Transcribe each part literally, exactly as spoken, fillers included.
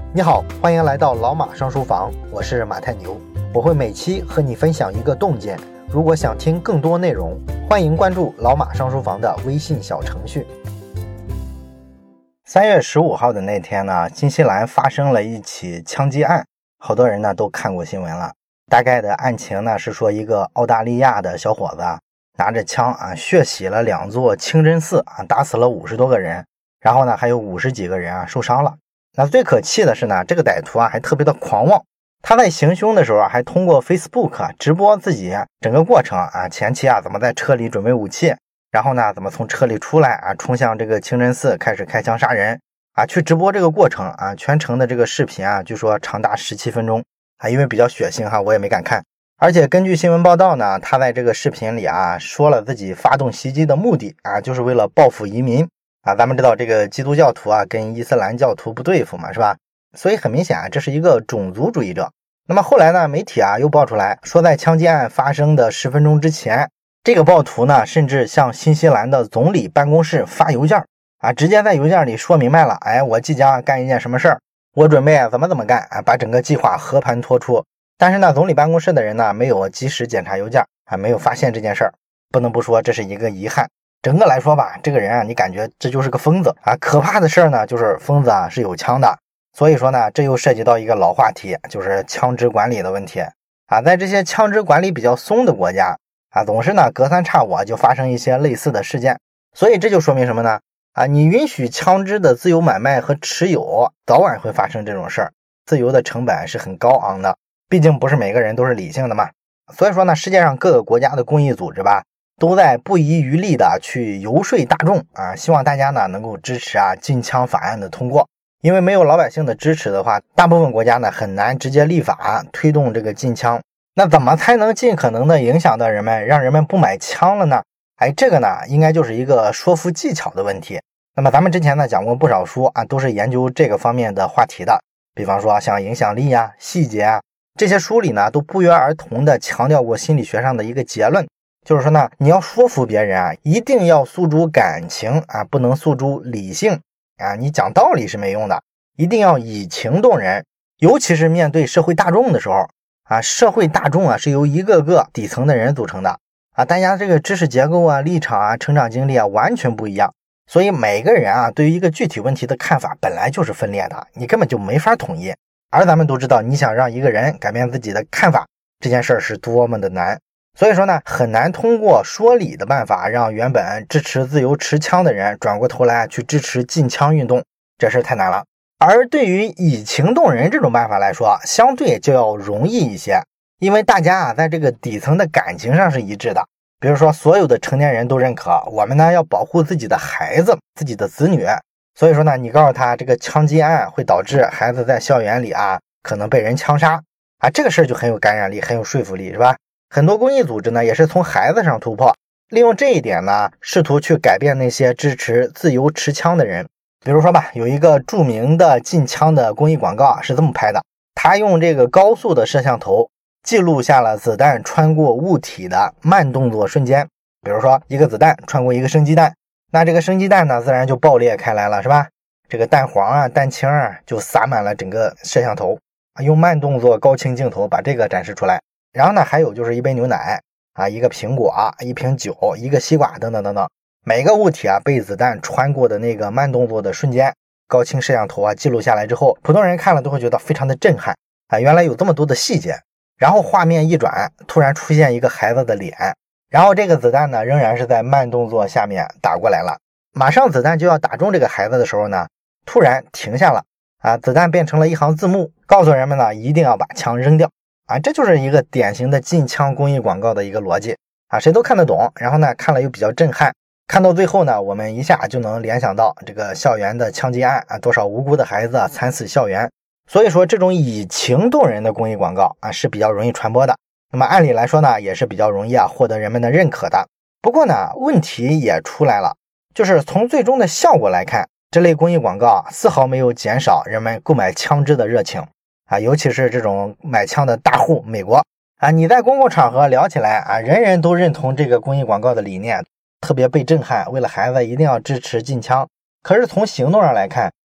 你好，欢迎来到老马上书房，我是马太牛，我会每期和你分享一个洞见。如果想听更多内容，欢迎关注老马上书房的微信小程序。三月十五号的那天呢，新西兰发生了一起枪击案，好多人呢都看过新闻了。大概的案情呢是说，一个澳大利亚的小伙子拿着枪啊，血洗了两座清真寺啊，打死了五十多个人，然后呢还有五十几个人啊受伤了。那最可气的是呢，这个歹徒啊还特别的狂妄，他在行凶的时候还通过 Facebook 啊直播自己整个过程啊，前期啊怎么在车里准备武器，然后呢怎么从车里出来啊，冲向这个清真寺开始开枪杀人啊，去直播这个过程啊，全程的这个视频啊，据说长达十七分钟啊，因为比较血腥哈，我也没敢看。而且根据新闻报道呢，他在这个视频里啊说了自己发动袭击的目的啊，就是为了报复移民。啊，咱们知道这个基督教徒啊跟伊斯兰教徒不对付嘛，是吧？所以很明显啊，这是一个种族主义者。那么后来呢，媒体啊又爆出来说，在枪击案发生的十分钟之前，这个暴徒呢甚至向新西兰的总理办公室发邮件啊，直接在邮件里说明白了，哎，我即将干一件什么事儿，我准备啊怎么怎么干啊，把整个计划和盘托出。但是呢，总理办公室的人呢没有及时检查邮件啊，没有发现这件事儿，不能不说这是一个遗憾。整个来说吧，这个人啊，你感觉这就是个疯子啊！可怕的事儿呢，就是疯子啊是有枪的。所以说呢，这又涉及到一个老话题，就是枪支管理的问题啊。在这些枪支管理比较松的国家啊，总是呢隔三差五就发生一些类似的事件。所以这就说明什么呢？啊，你允许枪支的自由买卖和持有，早晚会发生这种事儿。自由的成本是很高昂的，毕竟不是每个人都是理性的嘛。所以说呢，世界上各个国家的公益组织吧，都在不遗余力的去游说大众啊，希望大家呢能够支持啊禁枪法案的通过。因为没有老百姓的支持的话，大部分国家呢很难直接立法推动这个禁枪。那怎么才能尽可能的影响到人们，让人们不买枪了呢？哎，这个呢应该就是一个说服技巧的问题。那么咱们之前呢讲过不少书啊，都是研究这个方面的话题的。比方说像影响力啊、细节啊，这些书里呢都不约而同的强调过心理学上的一个结论。就是说呢，你要说服别人啊，一定要诉诸感情啊，不能诉诸理性啊。你讲道理是没用的，一定要以情动人。尤其是面对社会大众的时候啊，社会大众啊是由一个个底层的人组成的啊，大家这个知识结构啊、立场啊、成长经历啊完全不一样，所以每个人啊对于一个具体问题的看法本来就是分裂的，你根本就没法统一。而咱们都知道，你想让一个人改变自己的看法，这件事儿是多么的难。所以说呢，很难通过说理的办法让原本支持自由持枪的人转过头来去支持禁枪运动，这事太难了。而对于以情动人这种办法来说，相对就要容易一些，因为大家啊在这个底层的感情上是一致的。比如说所有的成年人都认可我们呢要保护自己的孩子、自己的子女，所以说呢，你告诉他这个枪击案会导致孩子在校园里啊可能被人枪杀啊，这个事儿就很有感染力，很有说服力，是吧？很多公益组织呢也是从孩子上突破，利用这一点呢试图去改变那些支持自由持枪的人。比如说吧，有一个著名的禁枪的公益广告啊是这么拍的，他用这个高速的摄像头记录下了子弹穿过物体的慢动作瞬间。比如说一个子弹穿过一个生鸡蛋，那这个生鸡蛋呢自然就爆裂开来了，是吧？这个蛋黄啊、蛋清啊就洒满了整个摄像头，用慢动作高清镜头把这个展示出来。然后呢，还有就是一杯牛奶啊，一个苹果啊，一瓶酒，一个西瓜等等等等，每个物体啊被子弹穿过的那个慢动作的瞬间，高清摄像头啊记录下来之后，普通人看了都会觉得非常的震撼啊，原来有这么多的细节。然后画面一转，突然出现一个孩子的脸，然后这个子弹呢仍然是在慢动作下面打过来了，马上子弹就要打中这个孩子的时候呢，突然停下了啊，子弹变成了一行字幕，告诉人们呢一定要把枪扔掉。啊，这就是一个典型的禁枪公益广告的一个逻辑啊，谁都看得懂，然后呢看了又比较震撼，看到最后呢，我们一下就能联想到这个校园的枪击案啊，多少无辜的孩子啊惨死校园。所以说这种以情动人的公益广告啊是比较容易传播的，那么按理来说呢也是比较容易啊获得人们的认可的。不过呢问题也出来了，就是从最终的效果来看，这类公益广告丝毫没有减少人们购买枪支的热情啊，尤其是这种买枪的大户美国啊，你在公共场合聊起来啊，人人都认同这个公益广告的理念，特别被震撼，为了孩子一定要支持禁枪。可是从行动上来看，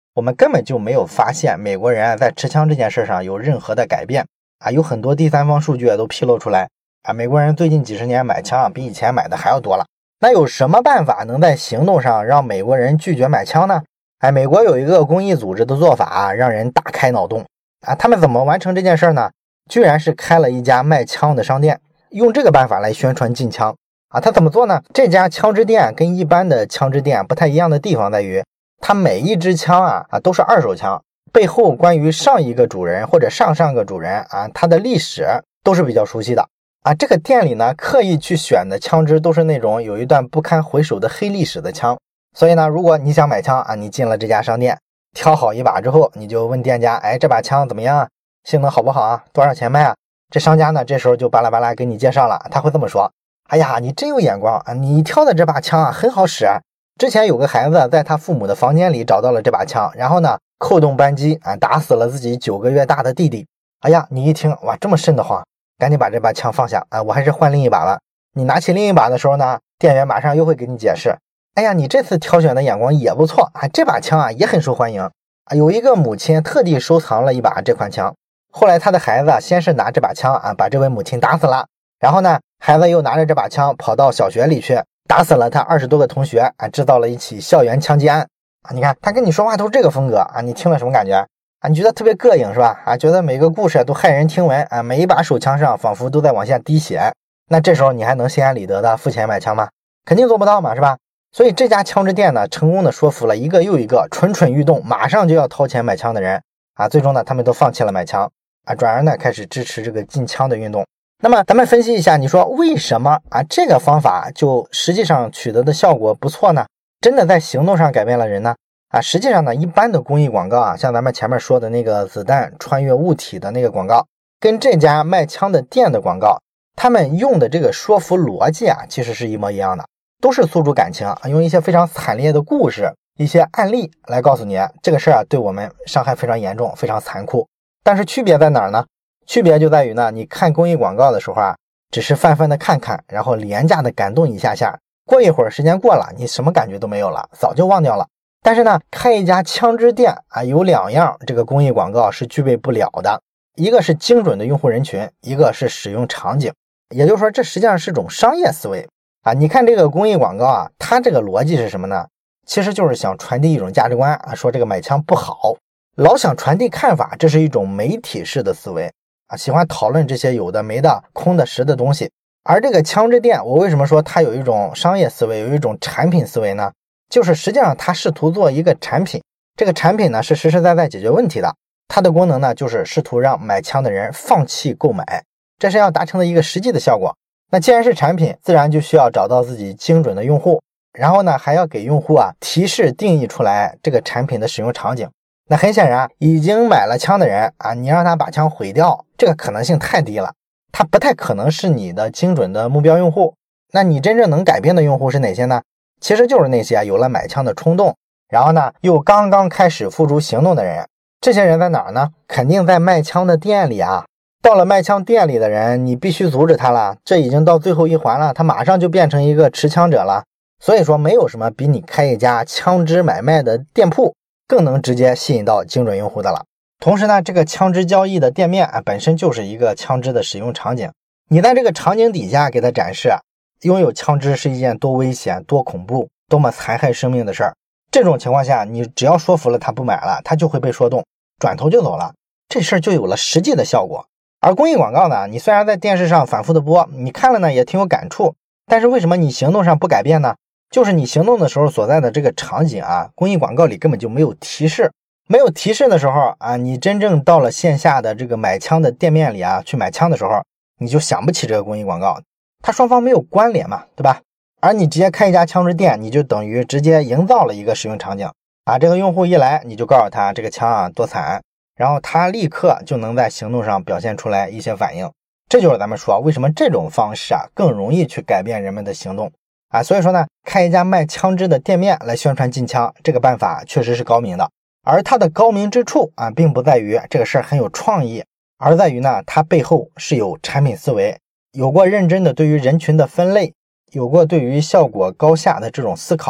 我们根本就没有发现美国人在持枪这件事上有任何的改变啊，有很多第三方数据都披露出来啊，美国人最近几十年买枪比以前买的还要多了。那有什么办法能在行动上让美国人拒绝买枪呢？哎，美国有一个公益组织的做法啊，让人大开脑洞啊！他们怎么完成这件事呢？居然是开了一家卖枪的商店，用这个办法来宣传禁枪啊！他怎么做呢？这家枪支店跟一般的枪支店不太一样的地方在于，它每一支枪啊啊都是二手枪，背后关于上一个主人或者上上个主人啊，它的历史都是比较熟悉的啊。这个店里呢，刻意去选的枪支都是那种有一段不堪回首的黑历史的枪。所以呢，如果你想买枪啊，你进了这家商店，挑好一把之后，你就问店家，哎，这把枪怎么样啊？性能好不好啊？多少钱卖啊？这商家呢，这时候就巴拉巴拉给你介绍了，他会这么说：哎呀，你真有眼光啊！你挑的这把枪啊，很好使。之前有个孩子在他父母的房间里找到了这把枪，然后呢，扣动扳机啊，打死了自己九个月大的弟弟。哎呀，你一听，哇，这么瘆得慌，赶紧把这把枪放下啊！我还是换另一把了。你拿起另一把的时候呢，店员马上又会给你解释。哎呀，你这次挑选的眼光也不错啊！这把枪啊也很受欢迎啊。有一个母亲特地收藏了一把这款枪，后来他的孩子先是拿这把枪啊把这位母亲打死了，然后呢，孩子又拿着这把枪跑到小学里去打死了他二十多个同学啊，制造了一起校园枪击案啊！你看他跟你说话都是这个风格啊，你听了什么感觉啊？你觉得特别膈应是吧？啊，觉得每个故事都骇人听闻啊，每一把手枪上仿佛都在往下滴血。那这时候你还能心安理得的付钱买枪吗？肯定做不到嘛，是吧？所以这家枪支店呢，成功的说服了一个又一个蠢蠢欲动马上就要掏钱买枪的人啊，最终呢他们都放弃了买枪啊，转而呢开始支持这个禁枪的运动。那么咱们分析一下，你说为什么啊这个方法就实际上取得的效果不错呢？真的在行动上改变了人呢？啊，实际上呢，一般的公益广告啊，像咱们前面说的那个子弹穿越物体的那个广告，跟这家卖枪的店的广告，他们用的这个说服逻辑啊，其实是一模一样的。都是诉诸感情啊，用一些非常惨烈的故事、一些案例来告诉你，这个事儿啊对我们伤害非常严重、非常残酷。但是区别在哪儿呢？区别就在于呢，你看公益广告的时候啊，只是泛泛的看看，然后廉价的感动一下下，过一会儿时间过了，你什么感觉都没有了，早就忘掉了。但是呢，开一家枪支店啊，有两样这个公益广告是具备不了的，一个是精准的用户人群，一个是使用场景。也就是说，这实际上是种商业思维。啊，你看这个公益广告啊，它这个逻辑是什么呢？其实就是想传递一种价值观啊，说这个买枪不好，老想传递看法，这是一种媒体式的思维啊，喜欢讨论这些有的没的、空的实的东西。而这个枪支店，我为什么说它有一种商业思维，有一种产品思维呢？就是实际上它试图做一个产品，这个产品呢是实实在在解决问题的，它的功能呢就是试图让买枪的人放弃购买，这是要达成的一个实际的效果。那既然是产品，自然就需要找到自己精准的用户，然后呢还要给用户啊提示定义出来这个产品的使用场景。那很显然，已经买了枪的人啊，你让他把枪毁掉，这个可能性太低了，他不太可能是你的精准的目标用户。那你真正能改变的用户是哪些呢？其实就是那些啊有了买枪的冲动，然后呢又刚刚开始付诸行动的人。这些人在哪儿呢？肯定在卖枪的店里啊。到了卖枪店里的人，你必须阻止他了，这已经到最后一环了，他马上就变成一个持枪者了。所以说，没有什么比你开一家枪支买卖的店铺更能直接吸引到精准用户的了。同时呢，这个枪支交易的店面啊，本身就是一个枪支的使用场景，你在这个场景底下给他展示，拥有枪支是一件多危险、多恐怖、多么残害生命的事儿。这种情况下，你只要说服了他不买了，他就会被说动，转头就走了，这事儿就有了实际的效果。而公益广告呢，你虽然在电视上反复的播，你看了呢也挺有感触，但是为什么你行动上不改变呢？就是你行动的时候所在的这个场景啊，公益广告里根本就没有提示。没有提示的时候啊，你真正到了线下的这个买枪的店面里啊，去买枪的时候，你就想不起这个公益广告，它双方没有关联嘛，对吧？而你直接开一家枪支店，你就等于直接营造了一个使用场景啊，这个用户一来，你就告诉他这个枪啊多惨，然后他立刻就能在行动上表现出来一些反应。这就是咱们说为什么这种方式啊更容易去改变人们的行动啊。所以说呢，开一家卖枪支的店面来宣传禁枪，这个办法确实是高明的。而它的高明之处啊，并不在于这个事儿很有创意，而在于呢，它背后是有产品思维，有过认真的对于人群的分类，有过对于效果高下的这种思考。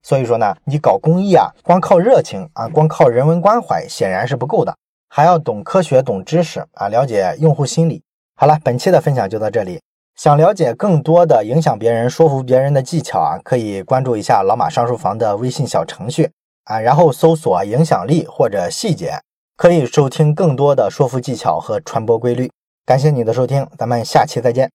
所以说呢，你搞公益啊，光靠热情啊，光靠人文关怀显然是不够的，还要懂科学、懂知识啊，了解用户心理。好了，本期的分享就到这里。想了解更多的影响别人、说服别人的技巧啊，可以关注一下老马上书房的微信小程序啊，然后搜索影响力或者细节，可以收听更多的说服技巧和传播规律。感谢你的收听，咱们下期再见。